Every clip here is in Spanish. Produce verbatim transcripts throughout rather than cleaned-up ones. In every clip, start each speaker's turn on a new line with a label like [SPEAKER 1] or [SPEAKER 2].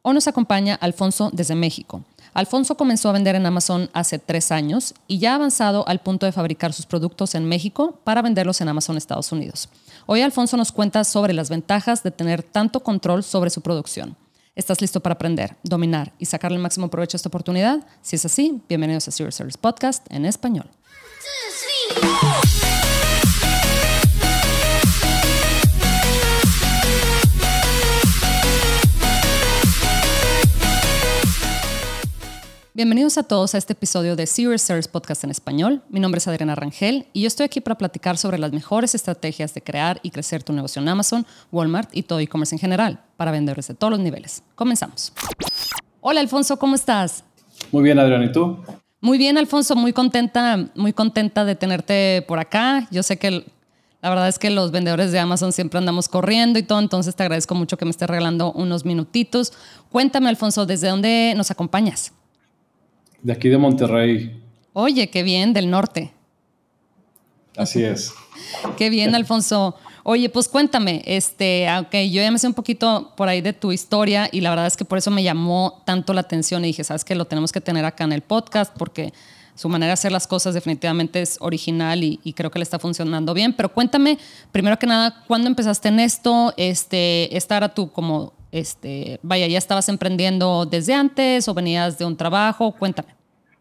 [SPEAKER 1] Hoy nos acompaña Alfonso desde México. Alfonso comenzó a vender en Amazon hace tres años y ya ha avanzado al punto de fabricar sus productos en México para venderlos en Amazon Estados Unidos. Hoy Alfonso nos cuenta sobre las ventajas de tener tanto control sobre su producción. ¿Estás listo para aprender, dominar y sacarle el máximo provecho a esta oportunidad? Si es así, bienvenidos a Serious Sellers Podcast en español. Bienvenidos a todos a este episodio de Serious Sellers Podcast en español. Mi nombre es Adriana Rangel y yo estoy aquí para platicar sobre las mejores estrategias de crear y crecer tu negocio en Amazon, Walmart y todo e-commerce en general para vendedores de todos los niveles. Comenzamos. Hola Alfonso, ¿cómo estás?
[SPEAKER 2] Muy bien, Adriana, ¿y tú?
[SPEAKER 1] Muy bien, Alfonso, muy contenta, muy contenta de tenerte por acá. Yo sé que la verdad es que los vendedores de Amazon siempre andamos corriendo y todo, entonces te agradezco mucho que me estés regalando unos minutitos. Cuéntame, Alfonso, ¿desde dónde nos acompañas?
[SPEAKER 2] De aquí de Monterrey.
[SPEAKER 1] Oye, qué bien, del norte.
[SPEAKER 2] Así es.
[SPEAKER 1] Qué bien, Alfonso. Oye, pues cuéntame, este, aunque yo ya me sé un poquito por ahí de tu historia y la verdad es que por eso me llamó tanto la atención y dije, sabes que lo tenemos que tener acá en el podcast porque su manera de hacer las cosas definitivamente es original y, y creo que le está funcionando bien. Pero cuéntame, primero que nada, ¿cuándo empezaste en esto? Este, esta era tu como, este, vaya, ¿ya estabas emprendiendo desde antes o venías de un trabajo? Cuéntame.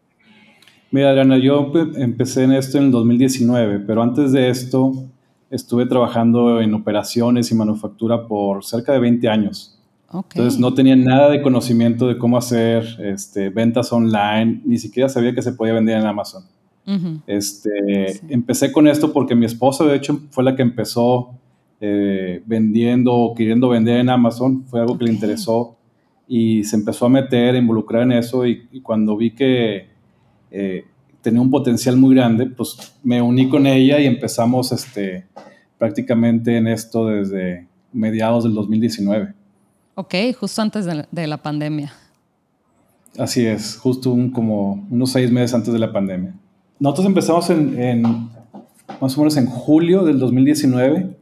[SPEAKER 2] Mira, Adriana, yo empecé en esto en el dos mil diecinueve, pero antes de esto estuve trabajando en operaciones y manufactura por cerca de veinte años. Okay. Entonces no tenía nada de conocimiento de cómo hacer este, ventas online, ni siquiera sabía que se podía vender en Amazon. Uh-huh. Este, sí. Empecé con esto porque mi esposa, de hecho, fue la que empezó eh, vendiendo o queriendo vender en Amazon. Fue algo okay. que le interesó y se empezó a meter, a involucrar en eso y, y cuando vi que eh, tenía un potencial muy grande, pues me uní con ella y empezamos este, prácticamente en esto desde mediados del dos mil diecinueve.
[SPEAKER 1] Ok, justo antes de la, de la pandemia.
[SPEAKER 2] Así es, justo un, como unos seis meses antes de la pandemia. Nosotros empezamos en, en más o menos en julio del dos mil diecinueve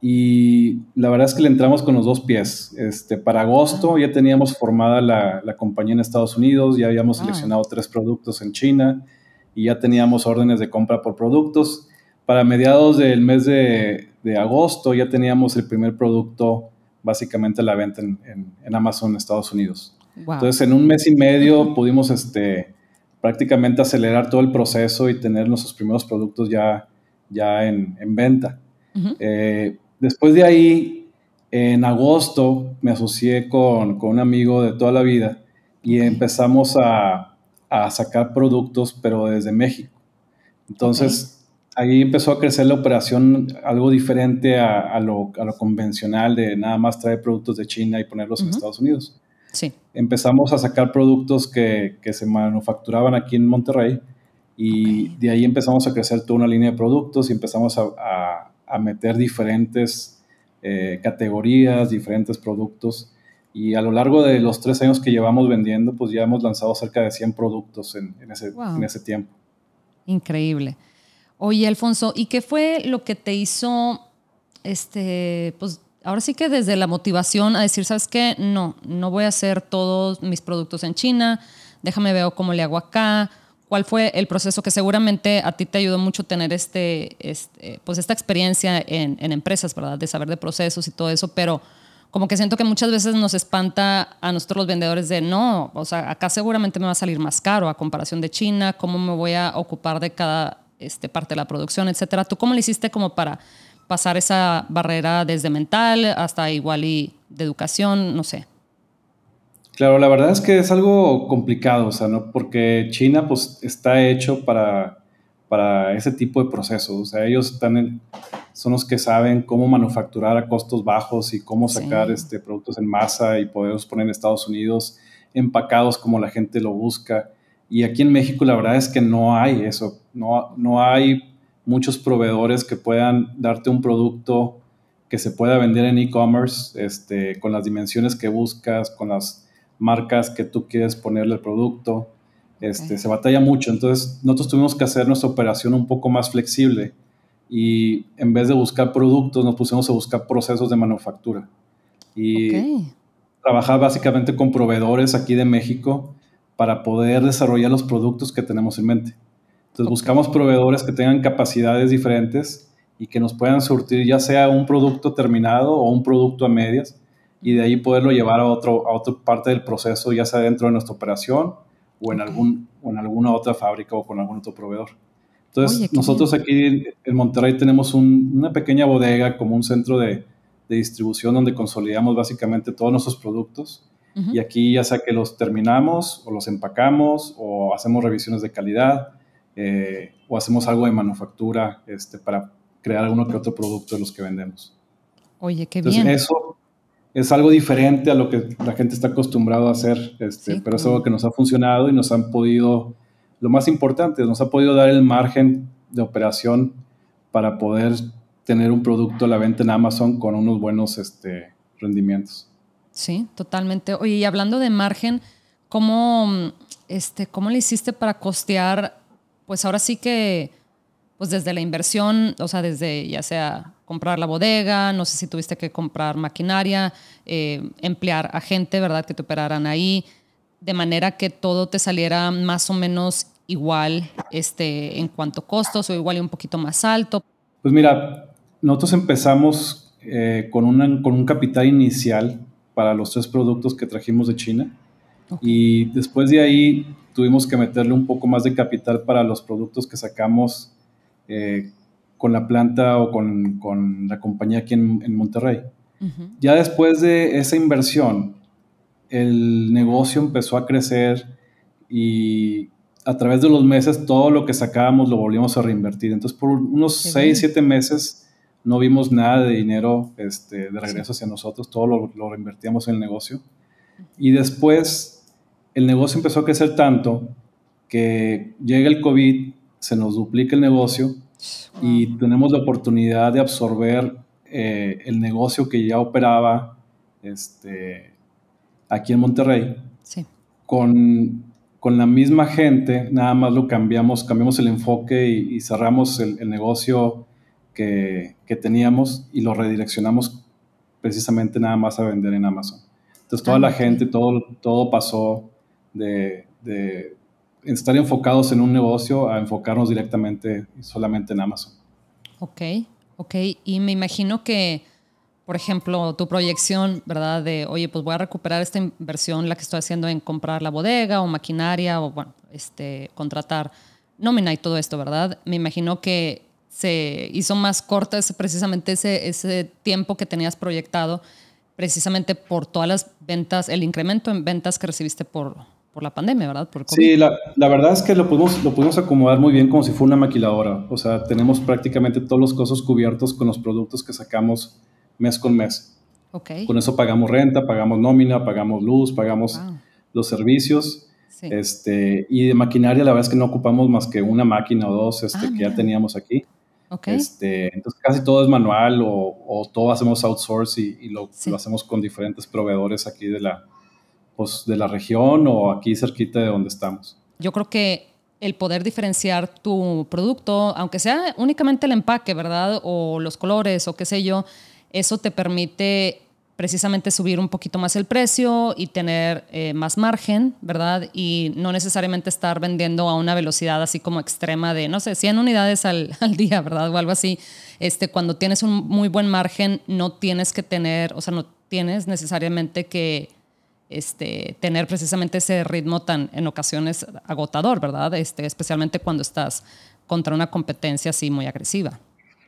[SPEAKER 2] y la verdad es que le entramos con los dos pies. Este, para agosto ya teníamos formada la, la compañía en Estados Unidos, ya habíamos seleccionado ah. tres productos en China y ya teníamos órdenes de compra por productos. Para mediados del mes de, de agosto ya teníamos el primer producto básicamente a la venta en, en, en Amazon Estados Unidos. Wow. Entonces en un mes y medio uh-huh. pudimos este, prácticamente acelerar todo el proceso y tener nuestros primeros productos ya, ya en, en venta. Uh-huh. Eh, después de ahí, en agosto me asocié con, con un amigo de toda la vida y okay. empezamos a, a sacar productos, pero desde México. Entonces okay. ahí empezó a crecer la operación, algo diferente a, a, lo, a lo convencional de nada más traer productos de China y ponerlos uh-huh. en Estados Unidos.
[SPEAKER 1] Sí.
[SPEAKER 2] Empezamos a sacar productos que, que se manufacturaban aquí en Monterrey y okay. de ahí empezamos a crecer toda una línea de productos y empezamos a, a, a meter diferentes eh, categorías, diferentes productos y a lo largo de los tres años que llevamos vendiendo, pues ya hemos lanzado cerca de cien productos en, en, ese, wow. en ese tiempo.
[SPEAKER 1] Increíble. Oye, Alfonso, ¿y qué fue lo que te hizo, este, pues, ahora sí que desde la motivación a decir, ¿sabes qué? No, no voy a hacer todos mis productos en China, déjame ver cómo le hago acá. ¿Cuál fue el proceso que seguramente a ti te ayudó mucho tener este, este, pues esta experiencia en, en empresas, ¿verdad? De saber de procesos y todo eso, pero como que siento que muchas veces nos espanta a nosotros los vendedores de no, o sea, acá seguramente me va a salir más caro a comparación de China, ¿cómo me voy a ocupar de cada este, parte de la producción, etcétera? ¿Tú cómo le hiciste como para pasar esa barrera desde mental hasta igual y de educación, no sé?
[SPEAKER 2] Claro, la verdad es que es algo complicado, o sea, ¿no? Porque China pues está hecho para, para ese tipo de procesos, o sea, ellos están en, son los que saben cómo manufacturar a costos bajos y cómo sacar sí. este, productos en masa y poderlos poner en Estados Unidos empacados como la gente lo busca. Y aquí en México la verdad es que no hay eso, no, no hay muchos proveedores que puedan darte un producto que se pueda vender en e-commerce este, con las dimensiones que buscas, con las marcas que tú quieres ponerle al producto. Este, okay. Se batalla mucho, entonces nosotros tuvimos que hacer nuestra operación un poco más flexible y en vez de buscar productos nos pusimos a buscar procesos de manufactura y, okay. trabajar básicamente con proveedores aquí de México para poder desarrollar los productos que tenemos en mente. Entonces
[SPEAKER 1] Ok.
[SPEAKER 2] buscamos proveedores que tengan capacidades diferentes y que nos puedan surtir ya sea un producto terminado o un producto a medias, y de ahí poderlo llevar a, otro, a otra parte del proceso, ya sea dentro de nuestra operación o en,
[SPEAKER 1] Ok.
[SPEAKER 2] algún, o en alguna otra fábrica o con algún otro proveedor.
[SPEAKER 1] Oye,
[SPEAKER 2] Entonces,
[SPEAKER 1] qué bien.
[SPEAKER 2] nosotros aquí en Monterrey tenemos un, una pequeña bodega como un centro de, de distribución donde consolidamos básicamente todos nuestros productos,
[SPEAKER 1] Ujú.
[SPEAKER 2] y aquí ya sea que los terminamos o los empacamos o hacemos revisiones de calidad, eh, o hacemos algo de manufactura este, para crear alguno que otro producto de los que vendemos.
[SPEAKER 1] Oye, qué
[SPEAKER 2] Entonces,
[SPEAKER 1] bien.
[SPEAKER 2] eso es algo diferente a lo que la gente está acostumbrado a hacer, este,
[SPEAKER 1] Sí,
[SPEAKER 2] pero es
[SPEAKER 1] cómo
[SPEAKER 2] algo
[SPEAKER 1] no.
[SPEAKER 2] que nos ha funcionado y nos han podido, lo más importante, nos ha podido dar el margen de operación para poder tener un producto a la venta en Amazon con unos buenos este, rendimientos.
[SPEAKER 1] Sí, totalmente. Oye, y hablando de margen, ¿cómo, mm, este, cómo le hiciste para costear? Pues ahora sí que, pues desde la inversión, o sea, desde ya sea comprar la bodega, no sé si tuviste que comprar maquinaria, eh, emplear a gente, ¿verdad? Que te operaran ahí, de manera que todo te saliera más o menos igual, este, en cuanto a costos o igual y un poquito más alto.
[SPEAKER 2] Pues mira, nosotros empezamos eh, con, una, con un capital inicial para los tres productos que trajimos de China,
[SPEAKER 1] Ok.
[SPEAKER 2] y después de ahí tuvimos que meterle un poco más de capital para los productos que sacamos eh, con la planta o con, con la compañía aquí en, en Monterrey.
[SPEAKER 1] Ujú.
[SPEAKER 2] Ya después de esa inversión, el negocio empezó a crecer y a través de los meses todo lo que sacábamos lo volvíamos a reinvertir. Entonces por unos
[SPEAKER 1] Qué
[SPEAKER 2] seis
[SPEAKER 1] bien.
[SPEAKER 2] siete meses no vimos nada de dinero este, de
[SPEAKER 1] Sí.
[SPEAKER 2] regreso hacia nosotros, todo lo, lo reinvertíamos en el negocio. Y después el negocio empezó a crecer tanto que llega el COVID, se nos duplica el negocio
[SPEAKER 1] Wow.
[SPEAKER 2] y tenemos la oportunidad de absorber eh, el negocio que ya operaba este, aquí en Monterrey
[SPEAKER 1] Sí.
[SPEAKER 2] con, con la misma gente, nada más lo cambiamos, cambiamos el enfoque y, y cerramos el, el negocio que, que, teníamos y lo redireccionamos precisamente nada más a vender en Amazon. Entonces toda
[SPEAKER 1] Ah,
[SPEAKER 2] la
[SPEAKER 1] ok.
[SPEAKER 2] gente, todo, todo pasó de, de estar enfocados en un negocio a enfocarnos directamente y solamente en Amazon.
[SPEAKER 1] Ok, ok. Y me imagino que, por ejemplo, tu proyección, ¿verdad? De, oye, pues voy a recuperar esta inversión, la que estoy haciendo en comprar la bodega o maquinaria o, bueno, este, contratar nómina y todo esto, ¿verdad? Me imagino que se hizo más corta ese, precisamente ese, ese tiempo que tenías proyectado, precisamente por todas las ventas, el incremento en ventas que recibiste por, por la pandemia, ¿verdad? Por el COVID.
[SPEAKER 2] Sí, la, la verdad es que lo pudimos, lo pudimos acomodar muy bien como si fuera una maquiladora. O sea, tenemos prácticamente todos los costos cubiertos con los productos que sacamos mes con mes.
[SPEAKER 1] Ok.
[SPEAKER 2] Con eso pagamos renta, pagamos nómina, pagamos luz, pagamos
[SPEAKER 1] Wow.
[SPEAKER 2] los servicios.
[SPEAKER 1] Sí.
[SPEAKER 2] Este, y de maquinaria, la verdad es que no ocupamos más que una máquina o dos
[SPEAKER 1] Ah,
[SPEAKER 2] este, que ya
[SPEAKER 1] mira.
[SPEAKER 2] teníamos aquí.
[SPEAKER 1] Ok.
[SPEAKER 2] Este, entonces, casi todo es manual o, o todo hacemos outsource y, y lo, lo
[SPEAKER 1] Sí.
[SPEAKER 2] hacemos con diferentes proveedores aquí de la, pues, de la región o aquí cerquita de donde estamos.
[SPEAKER 1] Yo creo que el poder diferenciar tu producto, aunque sea únicamente el empaque, ¿verdad? O los colores o qué sé yo, eso te permite precisamente subir un poquito más el precio y tener eh, más margen, ¿verdad? Y no necesariamente estar vendiendo a una velocidad así como extrema de, no sé, cien unidades al, al día, ¿verdad? O algo así. Este, cuando tienes un muy buen margen, no tienes que tener, o sea, no tienes necesariamente que Este, tener precisamente ese ritmo tan en ocasiones agotador, ¿verdad? Este, especialmente cuando estás contra una competencia así muy agresiva.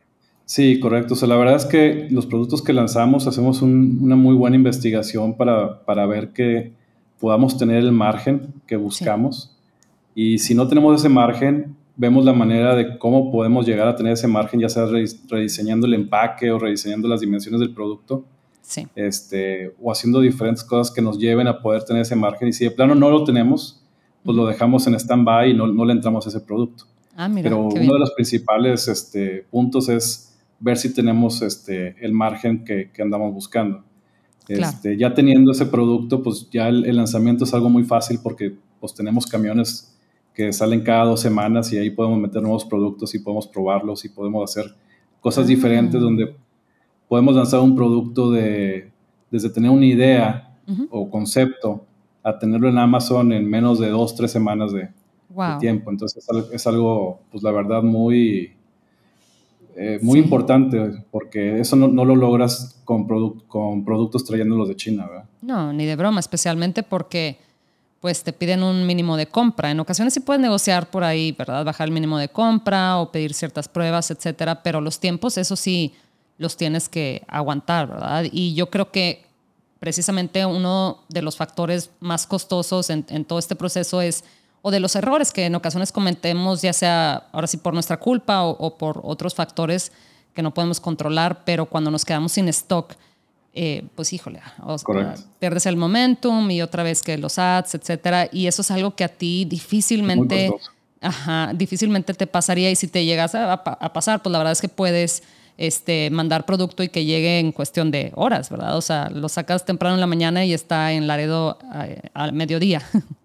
[SPEAKER 2] Sí, correcto. O sea, la verdad es que los productos que lanzamos hacemos un, una muy buena investigación para, para ver que podamos tener el margen que
[SPEAKER 1] Sí.
[SPEAKER 2] buscamos. Y si no tenemos ese margen, vemos la manera de cómo podemos llegar a tener ese margen, ya sea rediseñando el empaque o rediseñando las dimensiones del producto,
[SPEAKER 1] Sí.
[SPEAKER 2] este, o haciendo diferentes cosas que nos lleven a poder tener ese margen. Y si de plano no lo tenemos, pues lo
[SPEAKER 1] Uh-huh.
[SPEAKER 2] dejamos en stand-by y no, no le entramos a ese producto.
[SPEAKER 1] Ah, mira,
[SPEAKER 2] Pero
[SPEAKER 1] qué
[SPEAKER 2] uno de
[SPEAKER 1] bien.
[SPEAKER 2] los principales este, puntos es ver si tenemos este, el margen que, que andamos buscando.
[SPEAKER 1] Claro.
[SPEAKER 2] Este, ya teniendo ese producto, pues ya el, el lanzamiento es algo muy fácil porque pues tenemos camiones que salen cada dos semanas y ahí podemos meter nuevos productos y podemos probarlos y podemos hacer cosas diferentes
[SPEAKER 1] Ah.
[SPEAKER 2] donde podemos lanzar un producto de, desde tener una idea uh-huh. o concepto a tenerlo en Amazon en menos de dos, tres semanas de, wow. de tiempo. Entonces es algo, pues la verdad, muy, eh, muy sí. importante, porque eso no, no lo logras con, produ- con productos trayéndolos de China, ¿verdad?
[SPEAKER 1] No, ni de broma, especialmente porque pues te piden un mínimo de compra. En ocasiones sí puedes negociar por ahí, ¿verdad? Bajar el mínimo de compra o pedir ciertas pruebas, etcétera, pero los tiempos, eso sí, los tienes que aguantar, ¿verdad? Y yo creo que precisamente uno de los factores más costosos en, en todo este proceso es, o de los errores que en ocasiones cometemos, ya sea ahora sí por nuestra culpa o, o por otros factores que no podemos controlar, pero cuando nos quedamos sin stock, eh, pues híjole, o sea, pierdes el momentum y otra vez que los ads, etcétera, y eso es algo que a ti difícilmente, ajá, difícilmente te pasaría, y si te llegas a, a pasar, pues la verdad es que puedes este, mandar producto y que llegue en cuestión de horas, ¿verdad? O sea, lo sacas temprano en la mañana y está en Laredo al mediodía.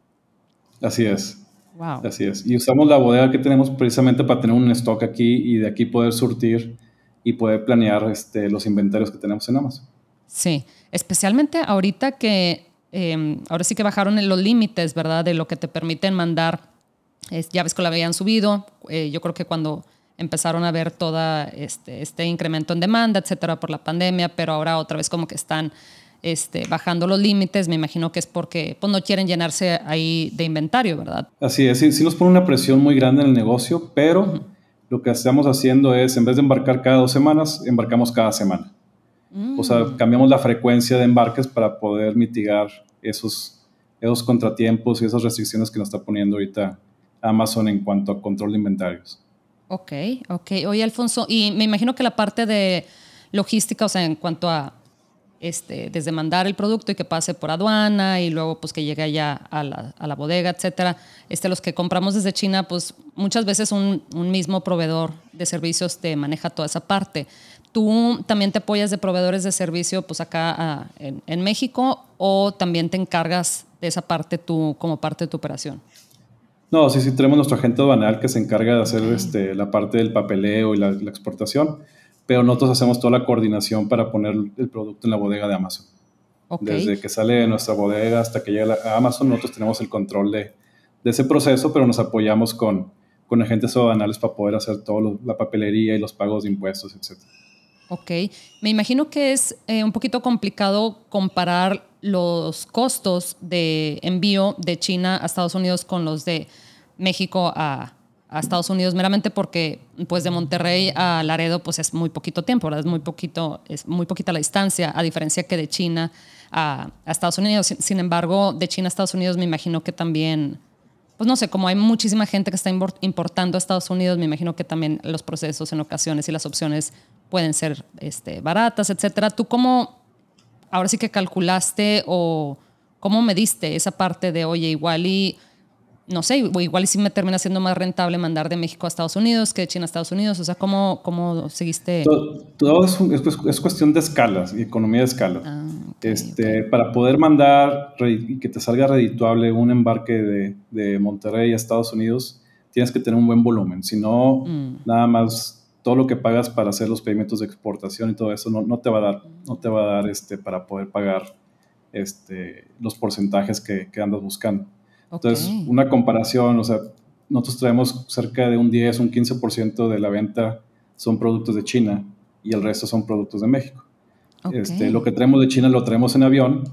[SPEAKER 2] Así es. Wow. Así es. Y usamos la bodega que tenemos precisamente para tener un stock aquí y de aquí poder surtir y poder planear este, los inventarios que tenemos en Amazon.
[SPEAKER 1] Sí, especialmente ahorita que eh, ahora sí que bajaron los límites, ¿verdad? De lo que te permiten mandar. Es, ya ves que lo habían subido. Eh, yo creo que cuando empezaron a ver todo este, este incremento en demanda, etcétera, por la pandemia, pero ahora otra vez como que están este, bajando los límites. Me imagino que es porque pues, no quieren llenarse ahí de inventario, ¿verdad?
[SPEAKER 2] Así es, sí, sí nos pone una presión muy grande en el negocio, pero uh-huh. lo que estamos haciendo es, en vez de embarcar cada dos semanas, embarcamos cada semana. Mm. O sea, cambiamos la frecuencia de embarques para poder mitigar esos, esos contratiempos y esas restricciones que nos está poniendo ahorita Amazon en cuanto a control de inventarios.
[SPEAKER 1] Ok, ok. Oye, Alfonso, y me imagino que la parte de logística, o sea, en cuanto a este, desde mandar el producto y que pase por aduana y luego pues que llegue allá a la, a la bodega, etcétera, este, los que compramos desde China, pues muchas veces un, un mismo proveedor de servicios te maneja toda esa parte. ¿Tú también te apoyas de proveedores de servicio pues acá a, en, en México o también te encargas de esa parte tú como parte de tu operación?
[SPEAKER 2] No, sí, sí, tenemos nuestro agente aduanal que se encarga de hacer okay. este, la parte del papeleo y la, la exportación, pero nosotros hacemos toda la coordinación para poner el producto en la bodega de Amazon. Okay. Desde que sale de nuestra bodega hasta que llega a Amazon, nosotros tenemos el control de, de ese proceso, pero nos apoyamos con, con agentes aduanales para poder hacer toda la papelería y los pagos de impuestos, etcétera.
[SPEAKER 1] Ok, me imagino que es eh, un poquito complicado comparar los costos de envío de China a Estados Unidos con los de México a, a Estados Unidos, meramente porque pues de Monterrey a Laredo pues es muy poquito tiempo, ¿verdad? Es muy poquito, es muy poquita la distancia, a diferencia que de China a, a Estados Unidos. Sin, sin embargo, de China a Estados Unidos me imagino que también, pues no sé, como hay muchísima gente que está importando a Estados Unidos, me imagino que también los procesos en ocasiones y las opciones pueden ser este, baratas, etcétera. ¿Tú cómo, ahora sí que calculaste o cómo mediste esa parte de, oye, igual y, no sé, igual y sí me termina siendo más rentable mandar de México a Estados Unidos que de China a Estados Unidos? O sea, ¿cómo, cómo seguiste?
[SPEAKER 2] Todo, todo es, es, es cuestión de escalas y economía de escala. Ah, okay, este, okay. Para poder mandar y que te salga redituable un embarque de, de Monterrey a Estados Unidos, tienes que tener un buen volumen. Si no, mm. nada más todo lo que pagas para hacer los pagamentos de exportación y todo eso no, no te va a dar, no te va a dar este, para poder pagar este, los porcentajes que, que andas buscando. Okay. Entonces, una comparación, o sea, nosotros traemos cerca de un diez, un quince por ciento de la venta son productos de China y el resto son productos de México. Okay. Este, lo que traemos de China lo traemos en avión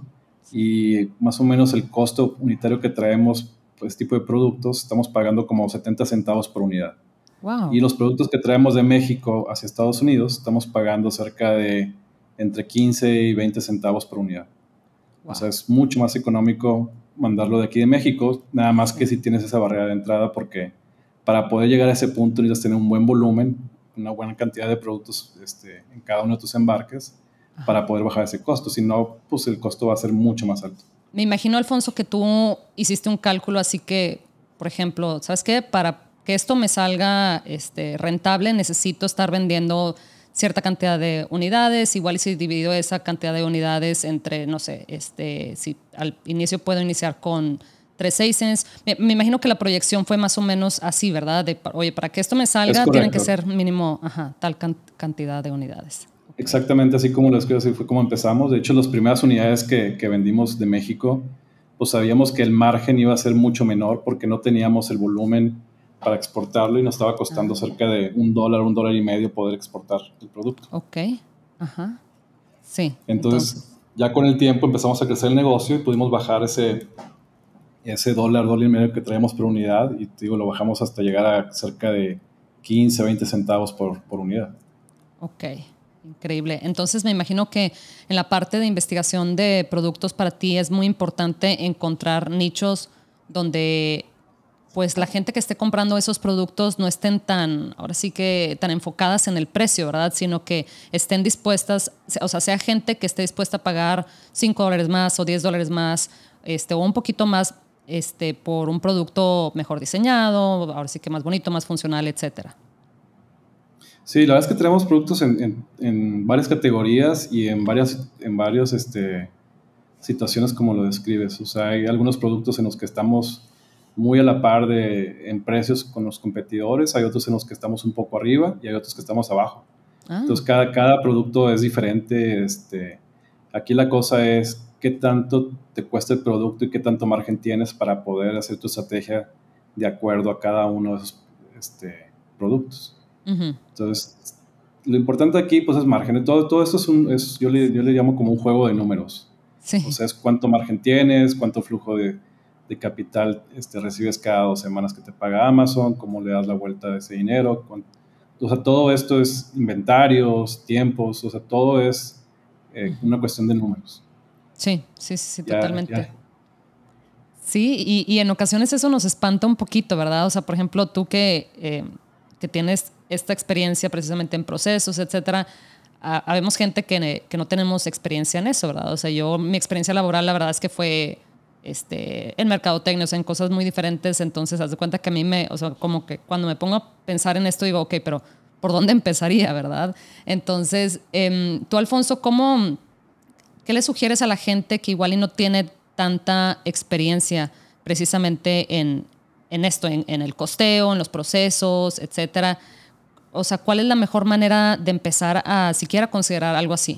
[SPEAKER 2] y más o menos el costo unitario que traemos por este tipo de productos estamos pagando como setenta centavos por unidad. Wow. Y los productos que traemos de México hacia Estados Unidos estamos pagando cerca de entre quince y veinte centavos por unidad. Wow. O sea, es mucho más económico mandarlo de aquí de México, nada más sí. que si tienes esa barrera de entrada, porque para poder llegar a ese punto necesitas tener un buen volumen, una buena cantidad de productos este, en cada uno de tus embarques. Ajá. Para poder bajar ese costo. Si no, pues el costo va a ser mucho más alto.
[SPEAKER 1] Me imagino, Alfonso, que tú hiciste un cálculo así que, por ejemplo, ¿sabes qué? Para que esto me salga este, rentable, necesito estar vendiendo cierta cantidad de unidades. Igual si divido esa cantidad de unidades entre, no sé, este, si al inicio puedo iniciar con tres seiscents. Me, me imagino que la proyección fue más o menos así, ¿verdad? De, oye, para que esto me salga tienen que ser mínimo ajá, tal can- cantidad de unidades. Ok.
[SPEAKER 2] Exactamente así como lo escribo, así fue como empezamos. De hecho, las primeras unidades que, que vendimos de México, pues sabíamos que el margen iba a ser mucho menor porque no teníamos el volumen para exportarlo y nos estaba costando
[SPEAKER 1] Ah,
[SPEAKER 2] cerca de un dólar, un dólar y medio poder exportar el producto.
[SPEAKER 1] ok. Ajá. Sí,
[SPEAKER 2] Entonces,
[SPEAKER 1] entonces.
[SPEAKER 2] ya con el tiempo empezamos a crecer el negocio y pudimos bajar ese, ese dólar, dólar y medio que traíamos por unidad y te digo, lo bajamos hasta llegar a cerca de quince, veinte centavos por, por unidad.
[SPEAKER 1] Ok, increíble. Entonces me imagino que en la parte de investigación de productos para ti es muy importante encontrar nichos donde pues la gente que esté comprando esos productos no estén tan, ahora sí que tan enfocadas en el precio, ¿verdad? Sino que estén dispuestas, o sea, sea gente que esté dispuesta a pagar cinco dólares más o diez dólares más, este, o un poquito más este, por un producto mejor diseñado, ahora sí que más bonito, más funcional, etcétera.
[SPEAKER 2] Sí, la verdad es que tenemos productos en, en, en varias categorías y en varias en varios, este, situaciones como lo describes. O sea, hay algunos productos en los que estamos muy a la par de, en precios con los competidores, hay otros en los que estamos un poco arriba y hay otros que estamos abajo.
[SPEAKER 1] Ah,
[SPEAKER 2] Entonces, cada, cada producto es diferente. Este, aquí la cosa es qué tanto te cuesta el producto y qué tanto margen tienes para poder hacer tu estrategia de acuerdo a cada uno de esos este, productos.
[SPEAKER 1] uh-huh.
[SPEAKER 2] Entonces, lo importante aquí pues es margen. Todo, todo esto es un, es, yo, le, yo le llamo como un juego de números. O
[SPEAKER 1] Sí.
[SPEAKER 2] sea, es cuánto margen tienes, cuánto flujo de, de capital este, recibes cada dos semanas que te paga Amazon, cómo le das la vuelta de ese dinero. Cuánto, o sea, todo esto es inventarios, tiempos, o sea, todo es eh,
[SPEAKER 1] Uh-huh.
[SPEAKER 2] una cuestión de números.
[SPEAKER 1] Sí, sí, sí, sí,
[SPEAKER 2] Ya,
[SPEAKER 1] totalmente.
[SPEAKER 2] ya.
[SPEAKER 1] Sí, y, y, en ocasiones eso nos espanta un poquito, ¿verdad? O sea, por ejemplo, tú que, eh, que tienes esta experiencia precisamente en procesos, etcétera, ha- habemos gente que, que no tenemos experiencia en eso, ¿verdad? O sea, yo, mi experiencia laboral, la verdad es que fue este, en mercadotecnia, o sea, en cosas muy diferentes, entonces, haz de cuenta que a mí me, o sea, como que cuando me pongo a pensar en esto, digo, ok, pero ¿por dónde empezaría, verdad? Entonces, eh, tú, Alfonso, ¿cómo, ¿qué le sugieres a la gente que igual y no tiene tanta experiencia precisamente en, en esto, en, en el costeo, en los procesos, etcétera? O sea, ¿cuál es la mejor manera de empezar a siquiera considerar algo así?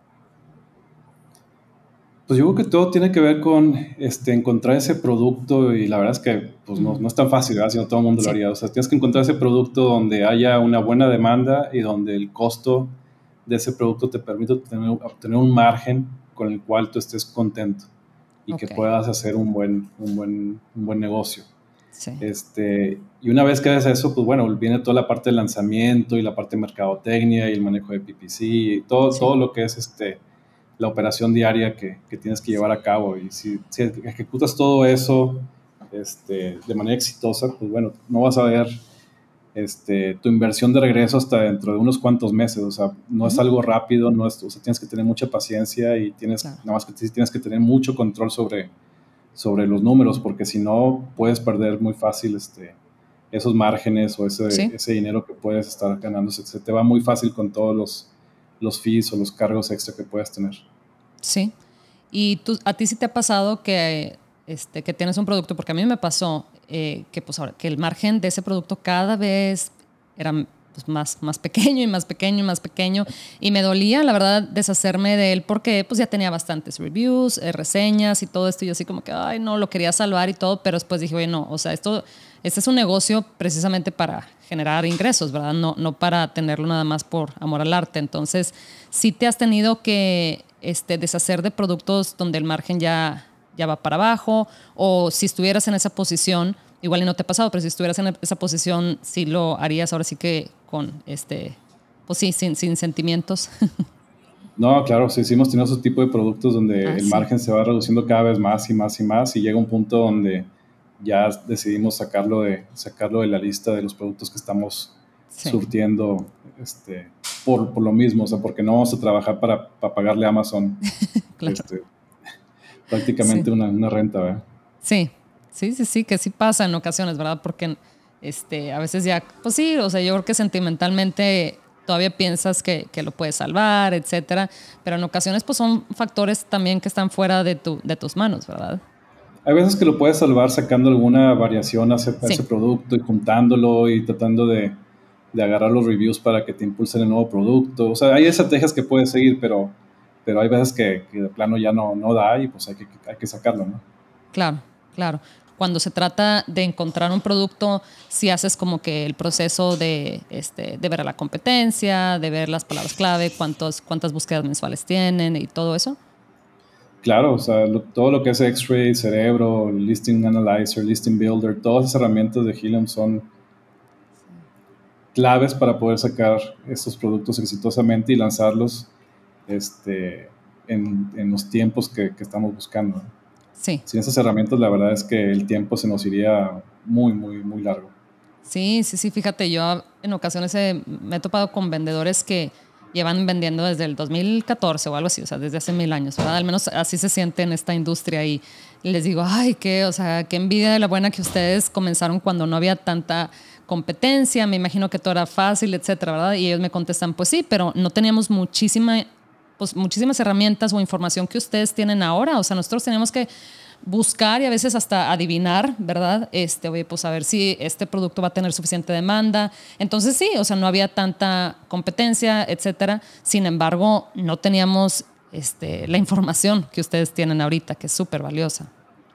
[SPEAKER 2] Pues yo creo que todo tiene que ver con este, encontrar ese producto y la verdad es que pues no,
[SPEAKER 1] Uh-huh.
[SPEAKER 2] no es tan fácil, ¿verdad? Si no todo el mundo lo
[SPEAKER 1] Sí,
[SPEAKER 2] haría. O sea, tienes que encontrar ese producto donde haya una buena demanda y donde el costo de ese producto te permita obtener, obtener un margen con el cual tú estés contento y que
[SPEAKER 1] ok,
[SPEAKER 2] puedas hacer un buen, un buen, un buen negocio.
[SPEAKER 1] sí,
[SPEAKER 2] Este, y una vez que haces eso, pues bueno, viene toda la parte de lanzamiento y la parte de mercadotecnia y el manejo de P P C y todo,
[SPEAKER 1] sí,
[SPEAKER 2] todo lo que es este, la operación diaria que, que tienes que llevar a cabo. Y si, si ejecutas todo eso este, de manera exitosa, pues bueno, no vas a ver este, tu inversión de regreso hasta dentro de unos cuantos meses. O sea, no es
[SPEAKER 1] uh-huh.
[SPEAKER 2] algo rápido, no es, o sea, tienes que tener mucha paciencia y tienes,
[SPEAKER 1] Claro,
[SPEAKER 2] nada más que tienes que tener mucho control sobre, sobre los números, porque si no, puedes perder muy fácil este, esos márgenes o ese,
[SPEAKER 1] sí,
[SPEAKER 2] ese dinero que puedes estar ganando. Se, se te va muy fácil con todos los, los fees o los cargos extra que puedas tener.
[SPEAKER 1] sí. Y tú, a ti sí te ha pasado que, este, que tienes un producto, porque a mí me pasó eh, que, pues, ahora, que el margen de ese producto cada vez era pues, más, más pequeño y más pequeño y más pequeño. Y me dolía, la verdad, deshacerme de él porque pues, ya tenía bastantes reviews, eh, reseñas y todo esto. Y yo así como que, ay, no, lo quería salvar y todo, pero después dije, oye, no, o sea, esto, este es un negocio precisamente para generar ingresos, ¿verdad? No, no para tenerlo nada más por amor al arte. Entonces, sí te has tenido que este, deshacer de productos donde el margen ya, ya va para abajo, o si estuvieras en esa posición, igual y no te ha pasado, pero si estuvieras en esa posición, sí lo harías ahora sí que con, este, pues sí, sin, sin sentimientos.
[SPEAKER 2] No, claro, sí, sí hemos tenido ese tipo de productos donde
[SPEAKER 1] Ah,
[SPEAKER 2] el
[SPEAKER 1] sí,
[SPEAKER 2] margen se va reduciendo cada vez más y más y más y llega un punto donde ya decidimos sacarlo de, sacarlo de la lista de los productos que estamos
[SPEAKER 1] sí,
[SPEAKER 2] surtiendo este, por, por lo mismo, o sea, porque no vamos a trabajar para, para pagarle a Amazon
[SPEAKER 1] claro,
[SPEAKER 2] este,
[SPEAKER 1] sí.
[SPEAKER 2] prácticamente una, una renta, ¿verdad?
[SPEAKER 1] Sí, sí, sí, sí, que sí pasa en ocasiones, ¿verdad? Porque este, a veces ya, pues sí, o sea, yo creo que sentimentalmente todavía piensas que, que lo puedes salvar, etcétera, pero en ocasiones pues son factores también que están fuera de, tu, de tus manos, ¿verdad?
[SPEAKER 2] Hay veces que lo puedes salvar sacando alguna variación a ese, a ese
[SPEAKER 1] Sí,
[SPEAKER 2] producto y juntándolo y tratando de, de agarrar los reviews para que te impulsen el nuevo producto. O sea, hay estrategias que puedes seguir, pero, pero hay veces que, que de plano ya no, no da y pues hay que, hay que sacarlo, ¿no?
[SPEAKER 1] Claro, claro. Cuando se trata de encontrar un producto, si haces como que el proceso de, este, de ver a la competencia, de ver las palabras clave, cuántos, cuántas búsquedas mensuales tienen y todo eso.
[SPEAKER 2] Claro, o sea, lo, todo lo que es X-Ray, Cerebro, Listing Analyzer, Listing Builder, todas esas herramientas de Helium son claves para poder sacar estos productos exitosamente y lanzarlos este, en, en los tiempos que, que estamos buscando.
[SPEAKER 1] Sí.
[SPEAKER 2] Sin esas herramientas, la verdad es que el tiempo se nos iría muy, muy, muy largo.
[SPEAKER 1] Sí, sí, sí, fíjate, yo en ocasiones he, me he topado con vendedores que llevan vendiendo desde el dos mil catorce o algo así, o sea, desde hace mil años, ¿verdad? Al menos así se siente en esta industria y, y les digo, ay, qué, o sea, qué envidia de la buena que ustedes comenzaron cuando no había tanta competencia, me imagino que todo era fácil, etcétera, ¿verdad? Y ellos me contestan, pues sí, pero no teníamos muchísima, pues muchísimas herramientas o información que ustedes tienen ahora, o sea, nosotros teníamos que buscar y a veces hasta adivinar, ¿verdad? Este, oye, pues a ver si este producto va a tener suficiente demanda. Entonces sí, o sea, no había tanta competencia, etcétera. Sin embargo, no teníamos este, la información que ustedes tienen ahorita, que es súper valiosa.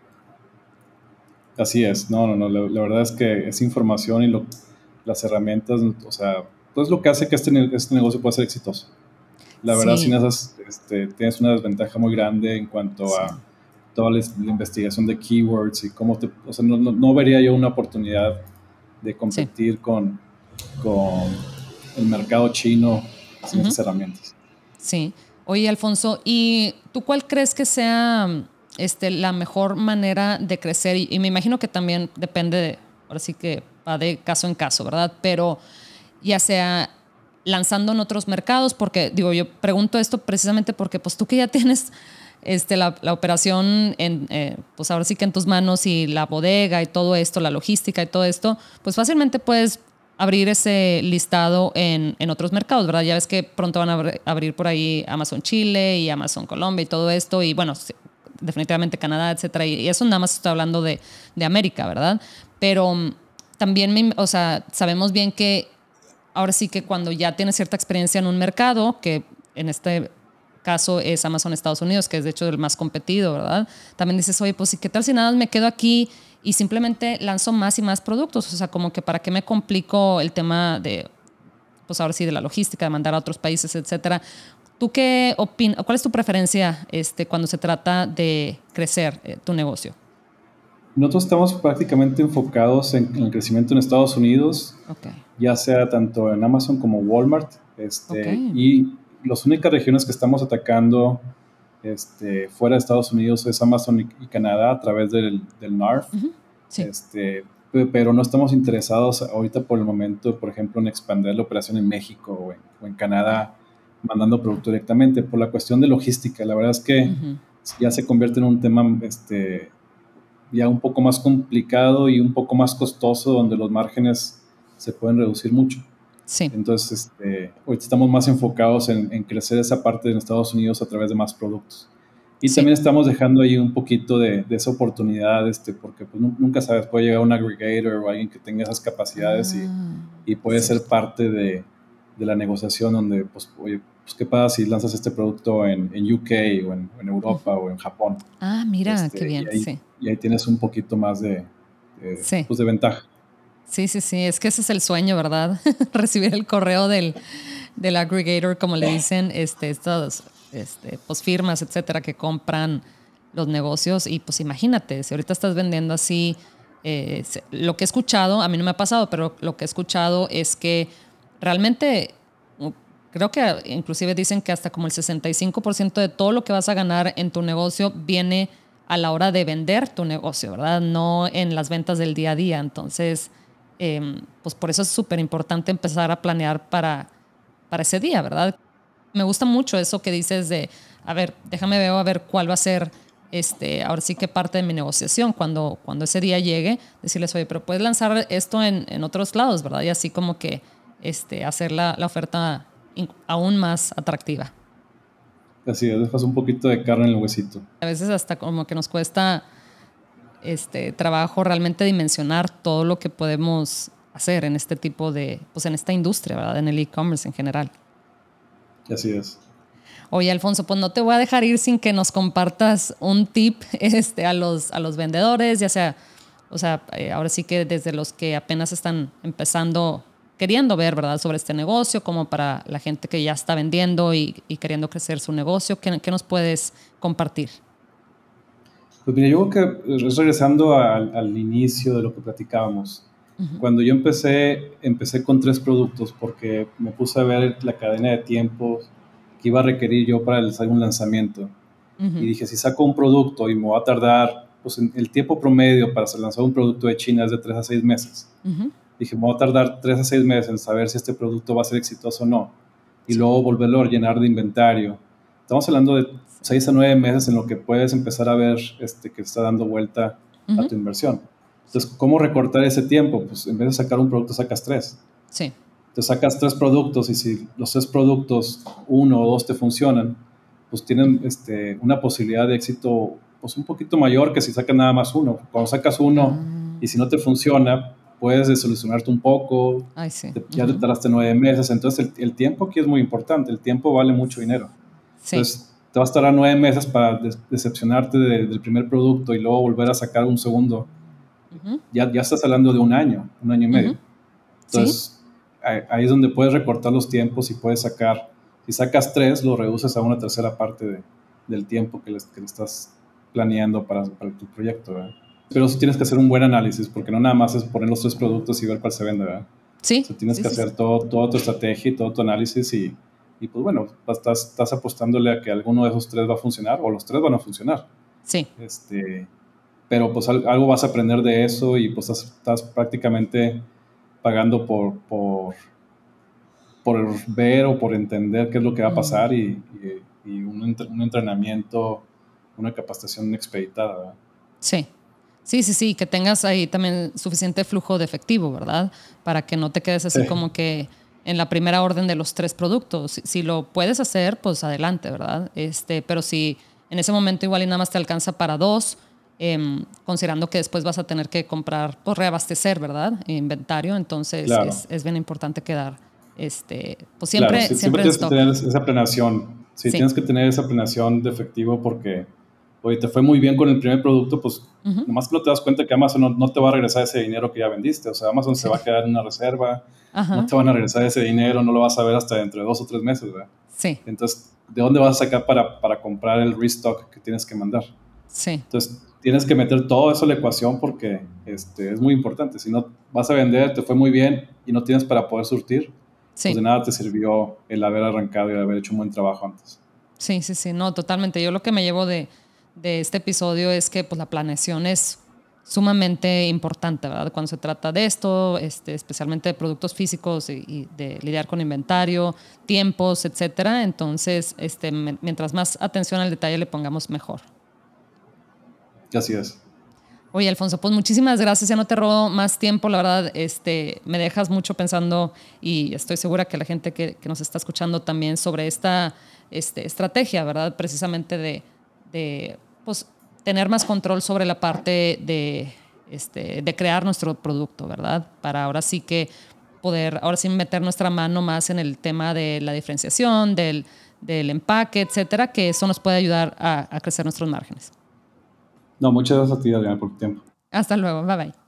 [SPEAKER 2] Así es, no, no, no, la, la verdad es que esa información y lo, las herramientas, o sea, pues lo que hace que este, este negocio pueda ser exitoso. La verdad, sin
[SPEAKER 1] Sí,
[SPEAKER 2] esas, este, tienes una desventaja muy grande en cuanto
[SPEAKER 1] sí,
[SPEAKER 2] a toda la, la investigación de keywords y cómo te, o sea, no, no, no vería yo una oportunidad de
[SPEAKER 1] sí.
[SPEAKER 2] competir con, con el mercado chino sin
[SPEAKER 1] Uh-huh.
[SPEAKER 2] esas herramientas.
[SPEAKER 1] Sí. Oye, Alfonso, ¿y tú cuál crees que sea este, la mejor manera de crecer? Y, y me imagino que también depende de, ahora sí que va de caso en caso, ¿verdad? Pero ya sea lanzando en otros mercados, porque digo, yo pregunto esto precisamente porque pues tú que ya tienes este, la, la operación, en, eh, pues ahora sí que en tus manos y la bodega y todo esto, la logística y todo esto, pues fácilmente puedes abrir ese listado en, en otros mercados, ¿verdad? Ya ves que pronto van a abr- abrir por ahí Amazon Chile y Amazon Colombia y todo esto, y bueno, sí, definitivamente Canadá, etcétera, y, y eso nada más estoy hablando de, de América, ¿verdad? Pero mm, también, me- o sea, sabemos bien que ahora sí que cuando ya tienes cierta experiencia en un mercado, que en este caso es Amazon Estados Unidos, que es de hecho el más competido, ¿verdad? También dices, oye, pues ¿qué tal si nada más me quedo aquí y simplemente lanzo más y más productos? O sea, como que para qué me complico el tema de, pues ahora sí, de la logística, de mandar a otros países, etcétera. ¿Tú qué opinas? ¿Cuál es tu preferencia este, cuando se trata de crecer eh, tu negocio?
[SPEAKER 2] Nosotros estamos prácticamente enfocados en, en el crecimiento en Estados Unidos,
[SPEAKER 1] Ok,
[SPEAKER 2] ya sea tanto en Amazon como Walmart,
[SPEAKER 1] ok.
[SPEAKER 2] este, y las únicas regiones que estamos atacando este, fuera de Estados Unidos es Amazon y, y Canadá a través del, del N A R F,
[SPEAKER 1] Uh-huh. Sí.
[SPEAKER 2] este, pero no estamos interesados ahorita por el momento, por ejemplo, en expandir la operación en México o en, o en Canadá, mandando producto directamente, por la cuestión de logística. La verdad es que
[SPEAKER 1] Uh-huh.
[SPEAKER 2] ya se convierte en un tema este, ya un poco más complicado y un poco más costoso, donde los márgenes se pueden reducir mucho.
[SPEAKER 1] Sí.
[SPEAKER 2] Entonces, este, ahorita estamos más enfocados en, en crecer esa parte en Estados Unidos a través de más productos. Y
[SPEAKER 1] Sí.
[SPEAKER 2] también estamos dejando ahí un poquito de, de esa oportunidad, este, porque pues, nunca sabes, puede llegar un aggregator o alguien que tenga esas capacidades y,
[SPEAKER 1] Ah,
[SPEAKER 2] y puede ser
[SPEAKER 1] cierto.
[SPEAKER 2] parte de, de la negociación donde, pues, oye, pues, ¿qué pasa si lanzas este producto en, en U K o en, en Europa
[SPEAKER 1] Uh-huh.
[SPEAKER 2] o en Japón?
[SPEAKER 1] Ah, mira, qué
[SPEAKER 2] Este, y,
[SPEAKER 1] bien,
[SPEAKER 2] ahí,
[SPEAKER 1] sí.
[SPEAKER 2] y ahí tienes un poquito más de, de,
[SPEAKER 1] Sí,
[SPEAKER 2] pues, de ventaja.
[SPEAKER 1] sí, sí, sí, es que ese es el sueño, ¿verdad? Recibir el correo del, del aggregator, como le dicen, este, estas este, pues, firmas, etcétera, que compran los negocios. Y pues imagínate, si ahorita estás vendiendo así, eh, se- lo que he escuchado, a mí no me ha pasado, pero lo que he escuchado es que realmente, u- creo que inclusive dicen que hasta como el sesenta y cinco por ciento de todo lo que vas a ganar en tu negocio viene a la hora de vender tu negocio, ¿verdad? No en las ventas del día a día. Entonces, eh, pues por eso es súper importante empezar a planear para, para ese día, ¿verdad? Me gusta mucho eso que dices de, a ver, déjame ver a ver cuál va a ser, este, ahora sí que parte de mi negociación cuando, cuando ese día llegue, decirles, oye, pero puedes lanzar esto en, en otros lados, ¿verdad? Y así como que este, hacer la, la oferta in- aún más atractiva.
[SPEAKER 2] Así es, dejas un poquito de carne en el huesito.
[SPEAKER 1] A veces hasta como que nos cuesta este trabajo realmente dimensionar todo lo que podemos hacer en este tipo de, pues en esta industria, ¿verdad? En el e-commerce en general.
[SPEAKER 2] Así es.
[SPEAKER 1] Oye, Alfonso, pues no te voy a dejar ir sin que nos compartas un tip este, a, los, a los vendedores, ya sea, o sea, eh, ahora sí que desde los que apenas están empezando, queriendo ver, ¿verdad?, sobre este negocio, como para la gente que ya está vendiendo y, y queriendo crecer su negocio. ¿Qué, qué nos puedes compartir?
[SPEAKER 2] Pues mira, yo creo que es regresando al, al inicio de lo que platicábamos. Uh-huh. Cuando yo empecé, empecé con tres productos porque me puse a ver la cadena de tiempos que iba a requerir yo para hacer un lanzamiento. Uh-huh. Y dije, si saco un producto y me va a tardar, pues el tiempo promedio para lanzar un producto de China es de tres a seis meses. Uh-huh. Dije, me va a tardar tres a seis meses en saber si este producto va a ser exitoso o no. Y sí. Luego volverlo a llenar de inventario. Estamos hablando de seis a nueve meses en lo que puedes empezar a ver este, que está dando vuelta uh-huh. a tu inversión. Entonces, ¿cómo recortar ese tiempo? Pues en vez de sacar un producto, sacas tres.
[SPEAKER 1] Sí.
[SPEAKER 2] Te sacas tres productos y si los tres productos, uno o dos te funcionan, pues tienen este, una posibilidad de éxito pues un poquito mayor que si sacas nada más uno. Cuando sacas uno uh-huh. y si no te funciona, puedes desolucionarte un poco.
[SPEAKER 1] Ay, sí.
[SPEAKER 2] te, ya uh-huh. te tardaste nueve meses. Entonces, el, el tiempo aquí es muy importante. El tiempo vale mucho dinero.
[SPEAKER 1] Sí.
[SPEAKER 2] Entonces, te vas a tardar nueve meses para des- decepcionarte de, del primer producto y luego volver a sacar un segundo. Uh-huh. Ya, ya estás hablando de un año, un año y medio. Uh-huh. Entonces, ¿sí? ahí, ahí es donde puedes recortar los tiempos y puedes sacar, si sacas tres, lo reduces a una tercera parte de, del tiempo que le, que le estás planeando para, para tu proyecto, ¿verdad? Pero sí tienes que hacer un buen análisis, porque no nada más es poner los tres productos y ver cuál se vende, ¿verdad?
[SPEAKER 1] Sí.
[SPEAKER 2] O sea, tienes
[SPEAKER 1] sí,
[SPEAKER 2] que
[SPEAKER 1] sí,
[SPEAKER 2] hacer
[SPEAKER 1] sí.
[SPEAKER 2] todo, toda tu estrategia y todo tu análisis y, y pues bueno, estás, estás apostándole a que alguno de esos tres va a funcionar o los tres van a funcionar.
[SPEAKER 1] Sí.
[SPEAKER 2] Este, pero pues algo vas a aprender de eso y pues estás, estás prácticamente pagando por, por, por ver o por entender qué es lo que va a pasar uh-huh. y, y, y un, un entrenamiento, una capacitación expeditada, ¿verdad?
[SPEAKER 1] Sí. Sí, sí, sí, que tengas ahí también suficiente flujo de efectivo, ¿verdad? Para que no te quedes así sí. como que en la primera orden de los tres productos. Si, si lo puedes hacer, pues adelante, ¿verdad? Este, pero si en ese momento igual y nada más te alcanza para dos, eh, considerando que después vas a tener que comprar, pues reabastecer, ¿verdad? Inventario, entonces
[SPEAKER 2] claro.
[SPEAKER 1] es, es bien importante quedar, este, pues siempre,
[SPEAKER 2] claro, sí,
[SPEAKER 1] siempre,
[SPEAKER 2] siempre tienes que tener esa planeación. Sí, sí, tienes que tener esa planeación de efectivo porque, oye, te fue muy bien con el primer producto, pues uh-huh. nomás que no te das cuenta que Amazon no, no te va a regresar ese dinero que ya vendiste. O sea, Amazon sí. se va a quedar en una reserva, uh-huh. no te van a regresar ese dinero, no lo vas a ver hasta dentro de dos o tres meses, ¿verdad?
[SPEAKER 1] Sí.
[SPEAKER 2] Entonces, ¿de dónde vas a sacar para, para comprar el restock que tienes que mandar?
[SPEAKER 1] Sí.
[SPEAKER 2] Entonces, tienes que meter todo eso a la ecuación porque este, es muy importante. Si no vas a vender, te fue muy bien y no tienes para poder surtir, sí. pues de nada te sirvió el haber arrancado y el haber hecho un buen trabajo antes.
[SPEAKER 1] Sí, sí, sí, no, totalmente. Yo lo que me llevo de, de este episodio es que pues, la planeación es sumamente importante, ¿verdad? Cuando se trata de esto, este, especialmente de productos físicos y, y de lidiar con inventario, tiempos, etcétera. Entonces, este, me, mientras más atención al detalle le pongamos, mejor.
[SPEAKER 2] Así es.
[SPEAKER 1] Oye, Alfonso, pues muchísimas gracias. Ya no te robo más tiempo, la verdad, este, me dejas mucho pensando y estoy segura que la gente que, que nos está escuchando también sobre esta este, estrategia, ¿verdad? Precisamente de, de pues, tener más control sobre la parte de, este, de crear nuestro producto, ¿verdad? Para ahora sí que poder, ahora sí meter nuestra mano más en el tema de la diferenciación, del, del empaque, etcétera, que eso nos puede ayudar a, a crecer nuestros márgenes.
[SPEAKER 2] No, muchas gracias a ti, Adriana, por tu tiempo.
[SPEAKER 1] Hasta luego. Bye, bye.